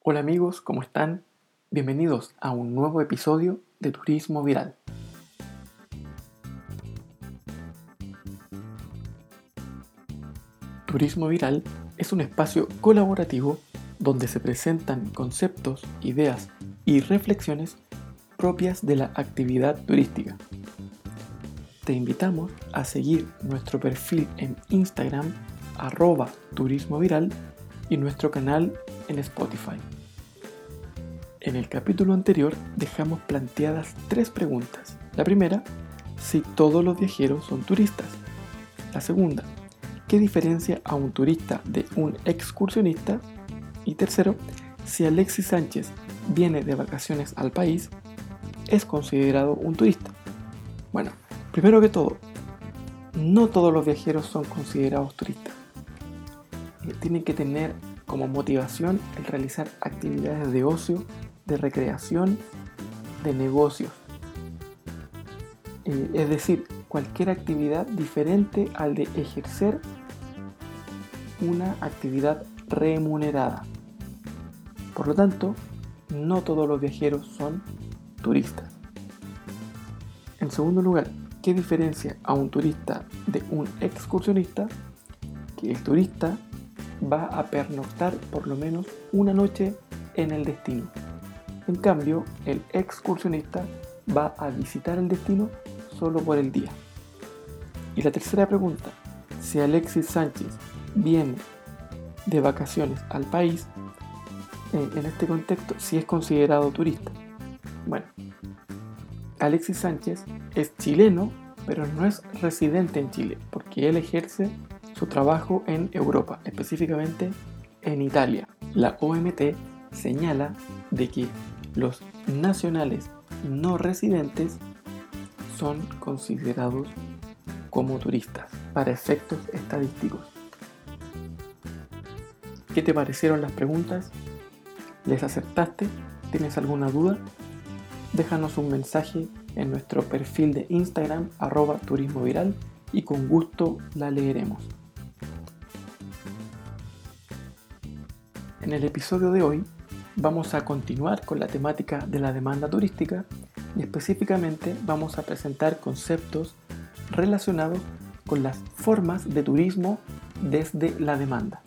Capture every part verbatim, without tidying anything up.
Hola amigos, ¿cómo están? Bienvenidos a un nuevo episodio de Turismo Viral. Turismo Viral es un espacio colaborativo donde se presentan conceptos, ideas y reflexiones propias de la actividad turística. Te invitamos a seguir nuestro perfil en Instagram, arroba Turismo Viral, y nuestro canal en Spotify. En el capítulo anterior dejamos planteadas tres preguntas. La primera, si todos los viajeros son turistas. La segunda, ¿qué diferencia a un turista de un excursionista? Y tercero, si Alexis Sánchez viene de vacaciones al país, ¿es considerado un turista? Bueno, primero que todo, no todos los viajeros son considerados turistas. Eh, tienen que tener como motivación el realizar actividades de ocio, de recreación, de negocios. Eh, es decir, cualquier actividad diferente al de ejercer una actividad remunerada. Por lo tanto, no todos los viajeros son turistas. En segundo lugar, ¿qué diferencia a un turista de un excursionista? Que el turista va a pernoctar por lo menos una noche en el destino. En cambio, el excursionista va a visitar el destino solo por el día. Y la tercera pregunta, si Alexis Sánchez viene de vacaciones al país, eh, en este contexto, si es considerado turista. Bueno, Alexis Sánchez es chileno, pero no es residente en Chile, porque él ejerce su trabajo en Europa, específicamente en Italia. La O M T señala de que los nacionales no residentes son considerados como turistas para efectos estadísticos. ¿Qué te parecieron las preguntas? ¿Les acertaste? ¿Tienes alguna duda? Déjanos un mensaje en nuestro perfil de Instagram, arroba Turismo Viral, y con gusto la leeremos. En el episodio de hoy vamos a continuar con la temática de la demanda turística y específicamente vamos a presentar conceptos relacionados con las formas de turismo desde la demanda.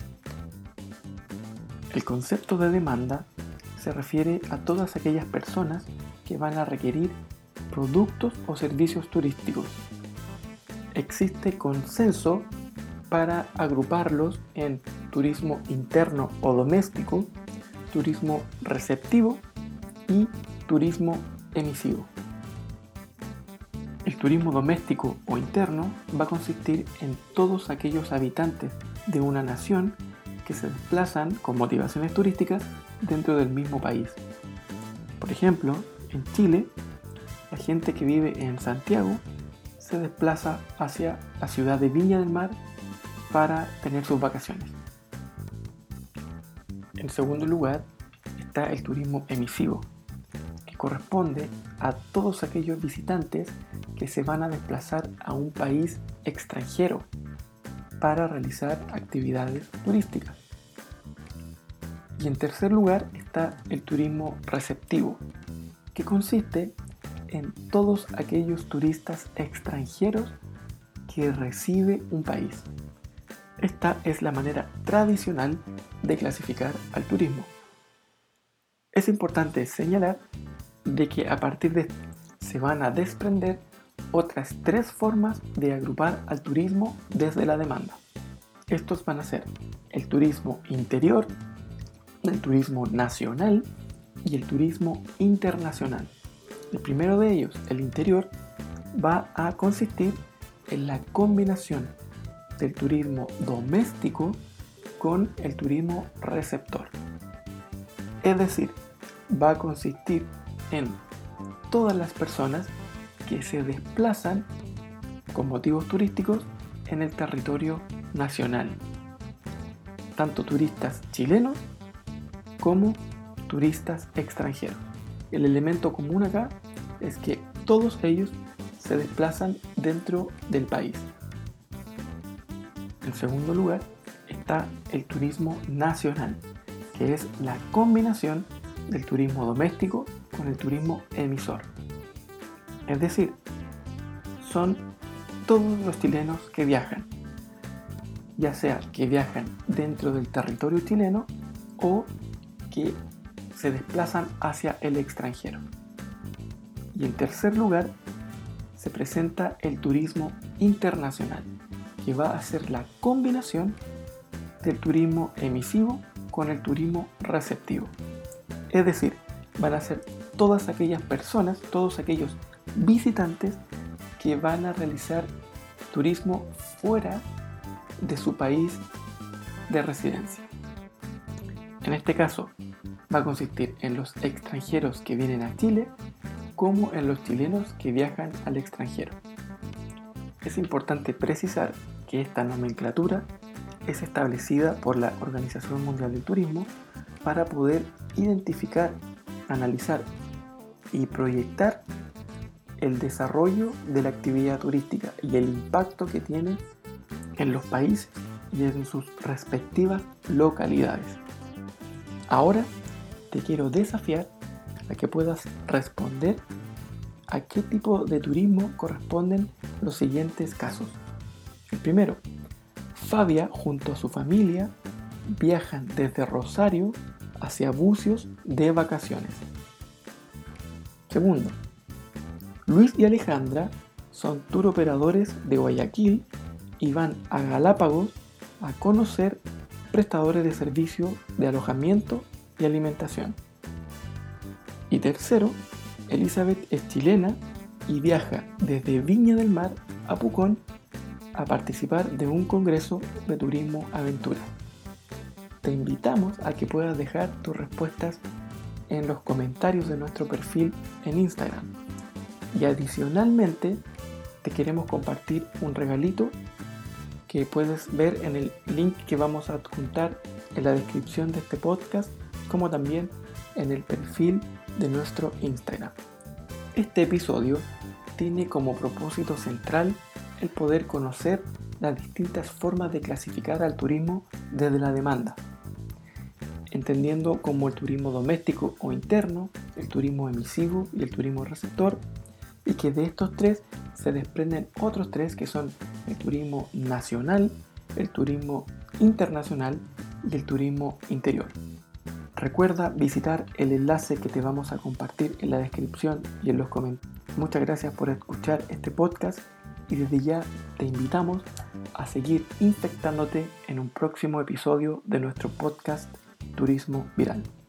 El concepto de demanda se refiere a todas aquellas personas que van a requerir productos o servicios turísticos. Existe consenso para agruparlos en turismo interno o doméstico, turismo receptivo y turismo emisivo. El turismo doméstico o interno va a consistir en todos aquellos habitantes de una nación que se desplazan con motivaciones turísticas dentro del mismo país. Por ejemplo, en Chile, la gente que vive en Santiago se desplaza hacia la ciudad de Viña del Mar para tener sus vacaciones. En segundo lugar está el turismo emisivo, que corresponde a todos aquellos visitantes que se van a desplazar a un país extranjero para realizar actividades turísticas. Y en tercer lugar está el turismo receptivo, que consiste en todos aquellos turistas extranjeros que recibe un país. Esta es la manera tradicional de clasificar al turismo. Es importante señalar de que a partir de esto se van a desprender otras tres formas de agrupar al turismo desde la demanda. Estos van a ser el turismo interior, el turismo nacional y el turismo internacional. El primero de ellos, el interior, va a consistir en la combinación del turismo doméstico con el turismo receptor. Es decir, va a consistir en todas las personas que se desplazan con motivos turísticos en el territorio nacional, tanto turistas chilenos como turistas extranjeros. El elemento común acá es que todos ellos se desplazan dentro del país. En segundo lugar está el turismo nacional, que es la combinación del turismo doméstico con el turismo emisor. Es decir, son todos los chilenos que viajan, ya sea que viajan dentro del territorio chileno o que se desplazan hacia el extranjero. Y en tercer lugar, se presenta el turismo internacional, que va a ser la combinación del turismo emisivo con el turismo receptivo. Es decir, van a ser todas aquellas personas, todos aquellos visitantes que van a realizar turismo fuera de su país de residencia. En este caso, va a consistir en los extranjeros que vienen a Chile como en los chilenos que viajan al extranjero. Es importante precisar que esta nomenclatura es establecida por la Organización Mundial del Turismo para poder identificar, analizar y proyectar el desarrollo de la actividad turística y el impacto que tiene en los países y en sus respectivas localidades. Ahora te quiero desafiar a que puedas responder a qué tipo de turismo corresponden los siguientes casos. El primero, Fabia junto a su familia viajan desde Rosario hacia Bucios de vacaciones. Segundo, Luis y Alejandra son tour operadores de Guayaquil y van a Galápagos a conocer prestadores de servicio de alojamiento y alimentación. Y tercero, Elizabeth es chilena y viaja desde Viña del Mar a Pucón a participar de un congreso de turismo aventura. Te invitamos a que puedas dejar tus respuestas en los comentarios de nuestro perfil en Instagram. Y adicionalmente te queremos compartir un regalito que puedes ver en el link que vamos a adjuntar en la descripción de este podcast, como también en el perfil de nuestro Instagram. Este episodio tiene como propósito central el poder conocer las distintas formas de clasificar al turismo desde la demanda, entendiendo como el turismo doméstico o interno, el turismo emisivo y el turismo receptor, y que de estos tres se desprenden otros tres que son el turismo nacional, el turismo internacional y el turismo interior. Recuerda visitar el enlace que te vamos a compartir en la descripción y en los comentarios. Muchas gracias por escuchar este podcast y desde ya te invitamos a seguir infectándote en un próximo episodio de nuestro podcast Turismo Viral.